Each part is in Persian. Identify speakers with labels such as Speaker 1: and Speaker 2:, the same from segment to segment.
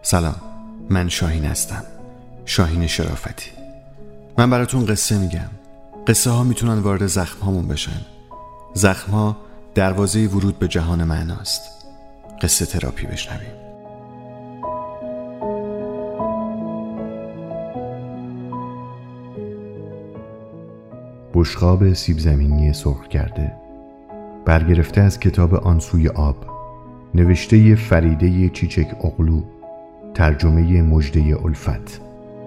Speaker 1: سلام، من شاهین هستم، شاهین شرافتی. من براتون قصه میگم. قصه ها میتونن وارد زخم هامون بشن. زخم ها دروازه ورود به جهان معناست. قصه تراپی بشنویم. بشقاب سیب زمینی سرخ کرده، برگرفته از کتاب آن سوی آب، نوشته فریده چیچک اغلو، ترجمه مژده الفت.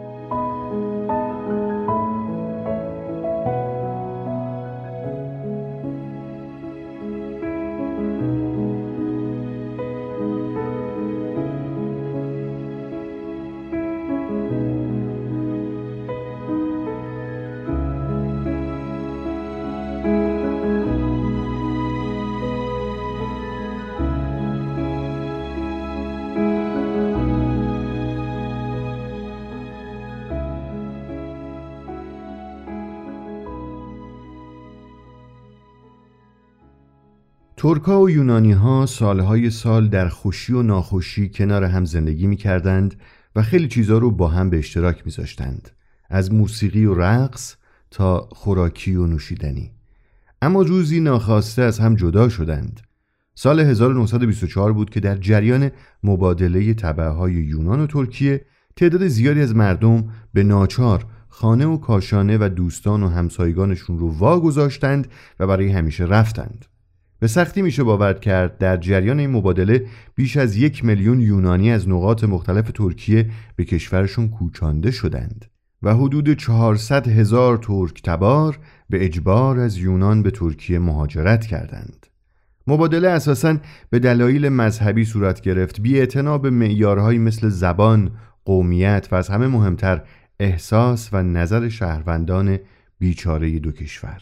Speaker 1: ترک‌ها و یونانی‌ها سالهای سال در خوشی و ناخوشی کنار هم زندگی می‌کردند و خیلی چیزا رو با هم به اشتراک می‌ذاشتند، از موسیقی و رقص تا خوراکی و نوشیدنی. اما روزی ناخواسته از هم جدا شدند. سال 1924 بود که در جریان مبادله تبعهای یونان و ترکیه تعداد زیادی از مردم به ناچار خانه و کاشانه و دوستان و همسایگانشون رو واگذاشتند و برای همیشه رفتند. به سختی میشه باور کرد در جریان این مبادله بیش از 1 میلیون یونانی از نقاط مختلف ترکیه به کشورشون کوچانده شدند و حدود 400,000 ترک تبار به اجبار از یونان به ترکیه مهاجرت کردند. مبادله اساساً به دلایل مذهبی صورت گرفت، بی‌اعتنا به معیارهایی مثل زبان، قومیت و از همه مهمتر احساس و نظر شهروندان بیچاره دو کشور.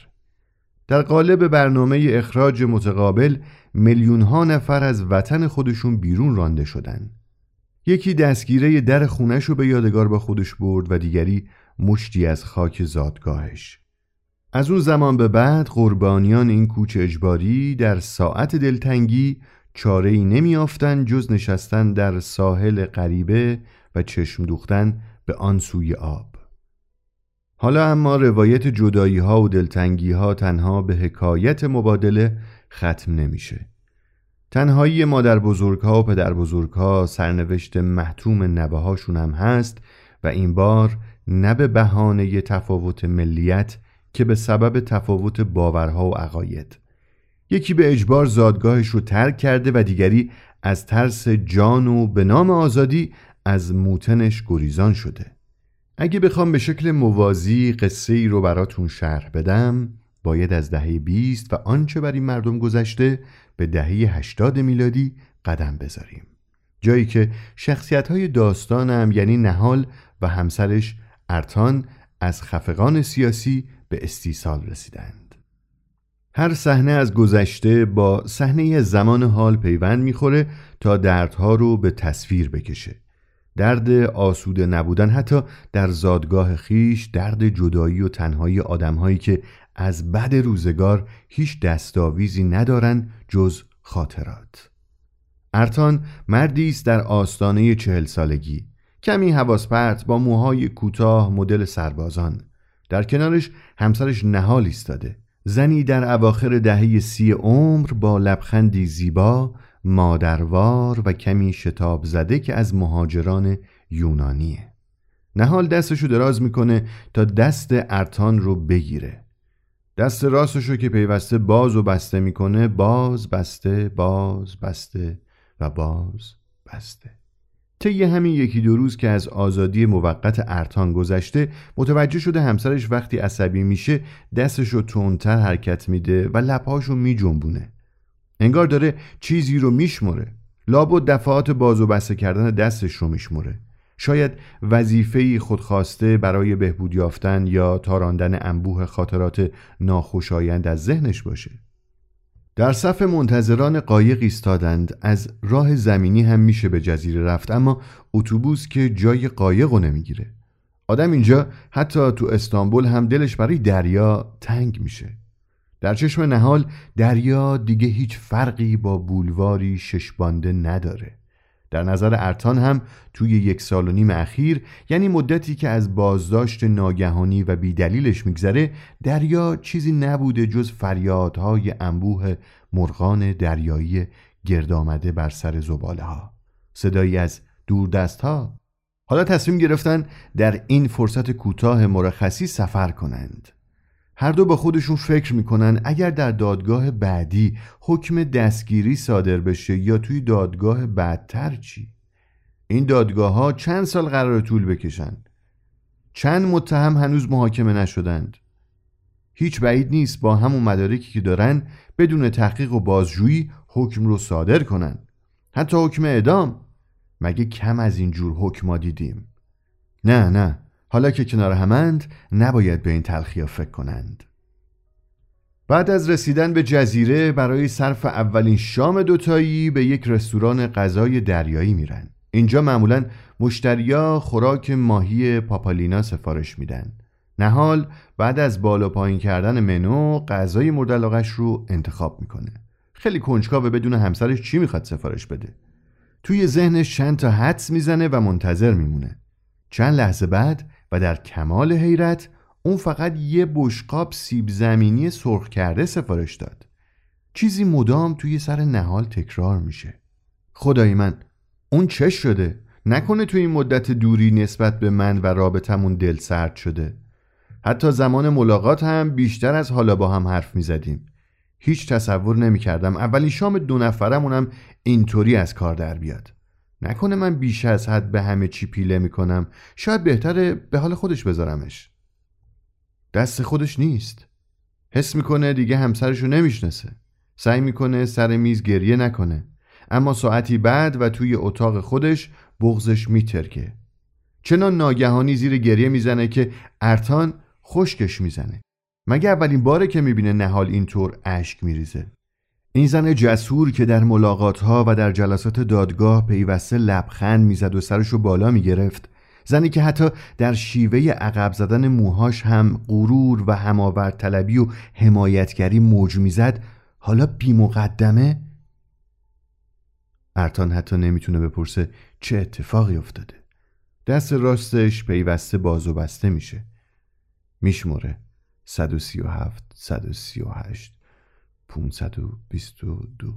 Speaker 1: در قالب برنامه اخراج متقابل میلیون‌ها نفر از وطن خودشون بیرون رانده شدن. یکی دستگیره در خونه‌شو به یادگار با خودش برد و دیگری مشتی از خاک زادگاهش. از اون زمان به بعد قربانیان این کوچ اجباری در ساعت دلتنگی چاره‌ای نمی‌یافتن جز نشستن در ساحل غریبه و چشم دوختن به آن سوی آب. حالا اما روایت جدایی ها و دلتنگی ها تنها به حکایت مبادله ختم نمیشه. تنهایی مادر بزرگ ها و پدر بزرگ ها سرنوشت محتوم نوه هاشون هم هست و این بار نه به بهانه تفاوت ملیت که به سبب تفاوت باورها و عقاید. یکی به اجبار زادگاهش رو ترک کرده و دیگری از ترس جان و به نام آزادی از موتنش گریزان شده. اگه بخوام به شکل موازی قصه ای رو براتون شرح بدم، باید از دهه 20 و آنچه بر این مردم گذشته به دهه 80 میلادی قدم بذاریم. جایی که شخصیت‌های داستانم یعنی نهال و همسرش ارتان از خفقان سیاسی به استیصال رسیدند. هر صحنه از گذشته با صحنه زمان حال پیوند میخوره تا دردها رو به تصویر بکشه. درد آسوده نبودن حتی در زادگاه خیش، درد جدایی و تنهایی آدم‌هایی که از بد روزگار هیچ دستاویزی ندارن جز خاطرات. ارتان مردی است در آستانه 40 سالگی، کمی حواس پرت با موهای کوتاه مدل سربازان. در کنارش همسرش نهال ایستاده، زنی در اواخر دهه 30 عمر با لبخندی زیبا، مادروار و کمی شتاب زده که از مهاجران یونانیه. نهال دستشو دراز میکنه تا دست ارتان رو بگیره. دست راستشو که پیوسته باز و بسته میکنه، باز بسته، باز بسته و باز بسته. طی همین 1-2 روز که از آزادی موقت ارتان گذشته، متوجه شده همسرش وقتی عصبی میشه دستشو تندتر حرکت میده و لبهاشو میجنبونه. انگار داره چیزی رو میشمره. لابد دفعات باز و بسته کردن دستش رو میشمره. شاید وظیفه‌ای خودخواسته برای بهبود یافتن یا تاراندن انبوه خاطرات ناخوشایند از ذهنش باشه. در صف منتظران قایق ایستادند. از راه زمینی هم میشه به جزیره رفت، اما اتوبوس که جای قایق رو نمیگیره. آدم اینجا حتی تو استانبول هم دلش برای دریا تنگ میشه. در چشم نهال دریا دیگه هیچ فرقی با بولواری 6 بانده نداره. در نظر ارتان هم توی 1.5 سال اخیر، یعنی مدتی که از بازداشت ناگهانی و بیدلیلش میگذره، دریا چیزی نبوده جز فریادهای انبوه مرغان دریایی گرد آمده بر سر زباله ها، صدایی از دوردست ها. حالا تصمیم گرفتن در این فرصت کوتاه مرخصی سفر کنند. هر دو با خودشون فکر میکنن اگر در دادگاه بعدی حکم دستگیری صادر بشه یا توی دادگاه بعدتر چی؟ این دادگاه ها چند سال قرار طول بکشن؟ چند متهم هنوز محاکمه نشدند؟ هیچ بعید نیست با همون مدارکی که دارن بدون تحقیق و بازجویی حکم رو صادر کنن. حتی حکم اعدام. مگه کم از این جور حکما دیدیم؟ نه، حالا که کنار همند نباید به این تلخی‌ها فکر کنند. بعد از رسیدن به جزیره برای صرف اولین شام دوتایی به یک رستوران غذای دریایی میرن. اینجا معمولاً مشتریا خوراک ماهی پاپالینا سفارش میدن. نهال بعد از بالا پایین کردن منو غذای مورد علاقه‌اش رو انتخاب میکنه. خیلی کنجکاوه بدون همسرش چی میخواد سفارش بده. توی ذهنش چند تا حدس میزنه و منتظر میمونه. چند لحظه بعد و در کمال حیرت اون فقط یه بشقاب سیب زمینی سرخ کرده سفارش داد. چیزی مدام توی سر نهال تکرار میشه. خدای من، اون چه شده؟ نکنه توی این مدت دوری نسبت به من و رابطمون دل سرد شده؟ حتی زمان ملاقات هم بیشتر از حالا با هم حرف میزدیم. هیچ تصور نمیکردم اولین شام 2 نفرمونم اینطوری از کار در بیاد. نکنه من بیش از حد به همه چی پیله میکنم. شاید بهتره به حال خودش بذارمش. دست خودش نیست. حس میکنه دیگه همسرشو نمیشناسه. سعی میکنه سر میز گریه نکنه، اما ساعتی بعد و توی اتاق خودش بغضش میترکه. چنان ناگهانی زیر گریه میزنه که ارتان خشکش میزنه. مگه اولین باره که میبینه نهال اینطور اشک میریزه؟ این زن جسور که در ملاقات‌ها و در جلسات دادگاه پیوسته لبخند میزد و سرشو بالا میگرفت، زنی که حتی در شیوه عقب زدن موهاش هم غرور و هماورطلبی و حمایتگری موج میزد، حالا بی مقدمه؟ ارتان حتی نمیتونه بپرسه چه اتفاقی افتاده. دست راستش پیوسته باز و بسته میشه. میشمره 137 138 522.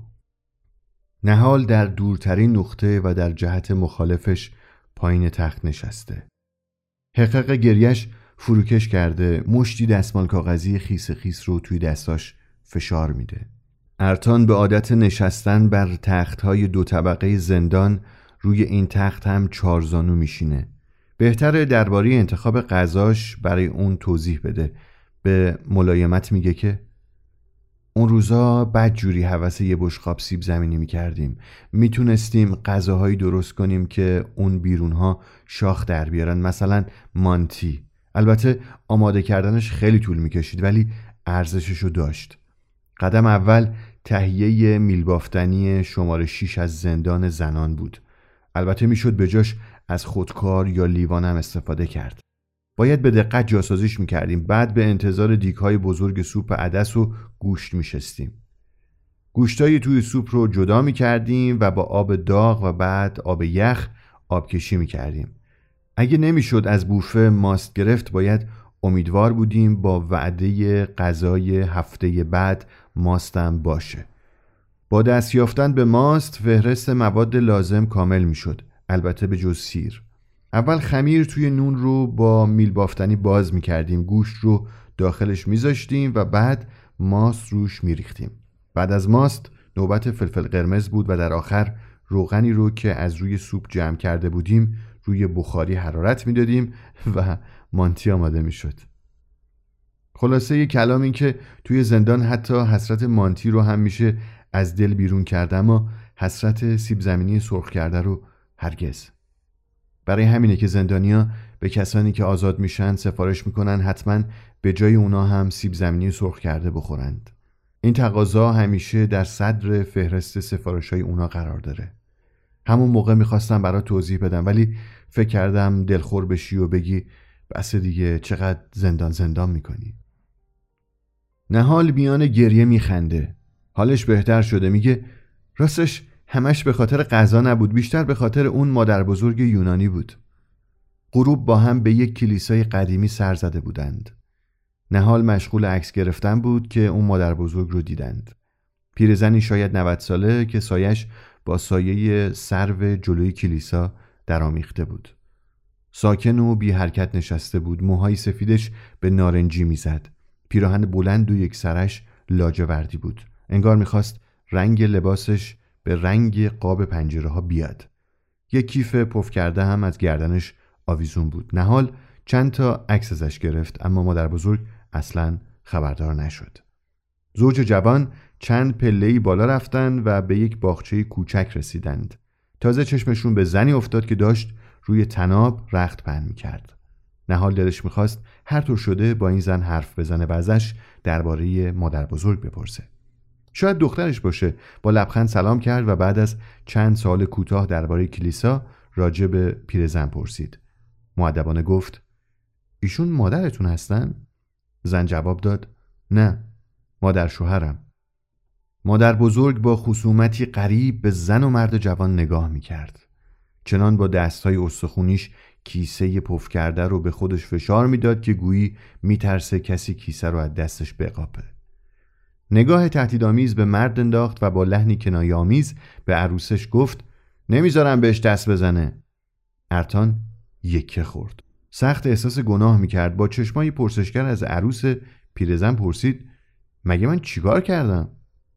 Speaker 1: نهال در دورترین نقطه و در جهت مخالفش پایین تخت نشسته. حقق گریش فروکش کرده، مشتی دستمال کاغذی خیس خیس رو توی دستاش فشار میده. ارتان به عادت نشستن بر تخت‌های 2 طبقه زندان روی این تخت هم 4 زانو میشینه. بهتره درباره انتخاب غذاش برای اون توضیح بده. به ملایمت میگه که اون روزا بدجوری هوس یه بشقاب سیب زمینی میکردیم. میتونستیم غذاهایی درست کنیم که اون بیرونها شاخ در بیارن، مثلا مانتی. البته آماده کردنش خیلی طول میکشید ولی ارزششو داشت. قدم اول تهیه میل بافتنی شماره 6 از زندان زنان بود. البته میشد به جاش از خودکار یا لیوان هم استفاده کرد. باید به دقت جاسازیش میکردیم. بعد به انتظار دیگهای بزرگ سوپ عدس و گوشت میشستیم. گوشتای توی سوپ رو جدا میکردیم و با آب داغ و بعد آب یخ آبکشی میکردیم. اگه نمیشد از بوفه ماست گرفت باید امیدوار بودیم با وعده غذای هفته بعد ماستم باشه. با دست یافتن به ماست فهرست مواد لازم کامل میشد، البته به جز سیر. اول خمیر توی نون رو با میل بافتنی باز میکردیم، گوشت رو داخلش میذاشتیم و بعد ماست روش میریختیم. بعد از ماست نوبت فلفل قرمز بود و در آخر روغنی رو که از روی سوپ جمع کرده بودیم روی بخاری حرارت میدادیم و مانتی آماده میشد. خلاصه یه کلام این که توی زندان حتی حسرت مانتی رو هم میشه از دل بیرون کرد، اما حسرت سیب زمینی سرخ کرده رو هرگز. برای همینه که زندانیا به کسانی که آزاد میشن سفارش میکنن حتما به جای اونا هم سیب زمینی سرخ کرده بخورند. این تقاضا همیشه در صدر فهرست سفارش‌های اونا قرار داره. همون موقع میخواستم برات توضیح بدم ولی فکر کردم دلخور بشی و بگی بس دیگه، چقدر زندان میکنی. نهال میان گریه میخنده. حالش بهتر شده. میگه راستش همش به خاطر غذا نبود، بیشتر به خاطر اون مادر بزرگ یونانی بود. غروب با هم به یک کلیسای قدیمی سر زده بودند. نهال مشغول عکس گرفتن بود که اون مادر بزرگ رو دیدند. پیرزنی شاید 90 ساله که سایش با سایه سرو جلوی کلیسا درآمیخته بود. ساکن و بی حرکت نشسته بود. موهای سفیدش به نارنجی میزد. پیراهن بلند و یک سرش لاجوردی بود. انگار میخواست رنگ لباسش به رنگ قاب پنجره ها بیاد. یک کیف پف کرده هم از گردنش آویزون بود. نهال چند تا عکس ازش گرفت، اما مادر بزرگ اصلاً خبردار نشد. زوج جوان چند پله‌ای بالا رفتند و به یک باغچه کوچک رسیدند. تازه چشمشون به زنی افتاد که داشت روی طناب رخت پهن می‌کرد. نهال دلش می‌خواست هر طور شده با این زن حرف بزنه و ازش درباره مادر بزرگ بپرسه. شاید دخترش باشه. با لبخند سلام کرد و بعد از چند سال کوتاه درباره کلیسا راجع به پیرزن پرسید. مؤدبانه گفت: ایشون مادرتون هستن؟ زن جواب داد: نه، مادر شوهرم. مادر بزرگ با خصومتی غریب به زن و مرد جوان نگاه میکرد. چنان با دستهای استخونیش کیسه پف کرده رو به خودش فشار میداد که گویی میترسه کسی کیسه رو از دستش بقاپه. نگاه تهدیدآمیز به مرد انداخت و با لحنی کنایه‌آمیز به عروسش گفت: نمیذارم بهش دست بزنه. ارتان یکه خورد. سخت احساس گناه میکرد. با چشمای پرسشگر از عروس پیرزن پرسید: مگه من چیکار کردم؟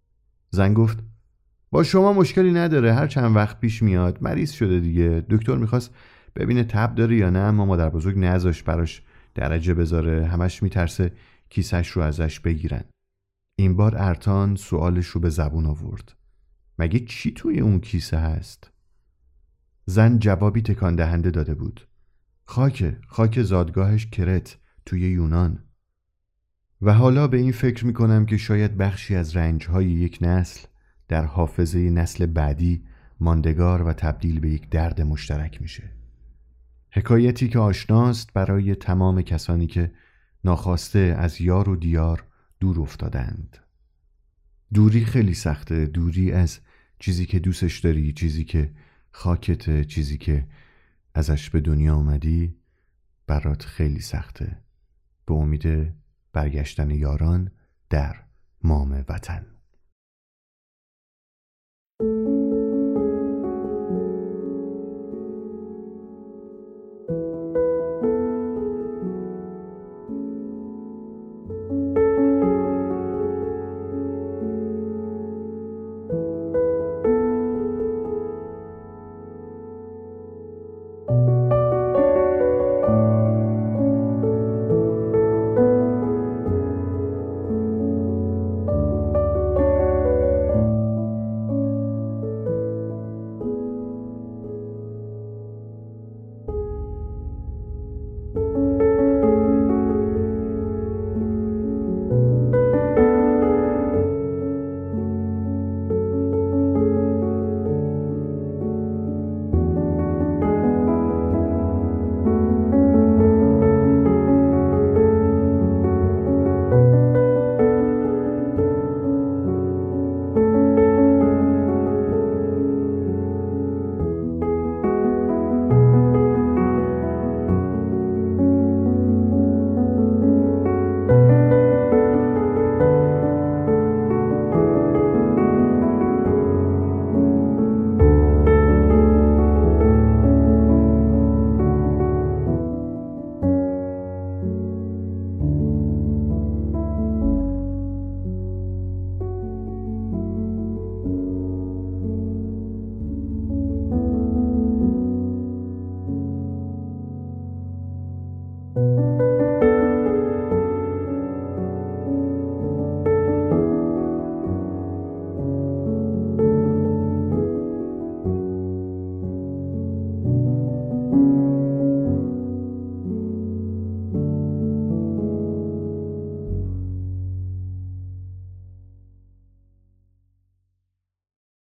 Speaker 1: زن گفت: با شما مشکلی نداره، هر چند وقت پیش میاد، مریض شده دیگه. دکتر میخواست ببینه تب داره یا نه، اما مادر بزرگ نذاشت براش درجه بذاره. همش میترسه کیسش رو ازش بگیرن. این بار ارتان سوالش رو به زبون آورد: مگه چی توی اون کیسه هست؟ زن جوابی تکان دهنده داده بود: خاک زادگاهش کرت توی یونان. و حالا به این فکر میکنم که شاید بخشی از رنجهای یک نسل در حافظه نسل بعدی ماندگار و تبدیل به یک درد مشترک میشه. حکایتی که آشناست برای تمام کسانی که ناخواسته از یار و دیار دور افتادند. دوری خیلی سخته، دوری از چیزی که دوستش داری، چیزی که خاکته، چیزی که ازش به دنیا اومدی. برات خیلی سخته. به امید برگشتن یاران در مام وطن.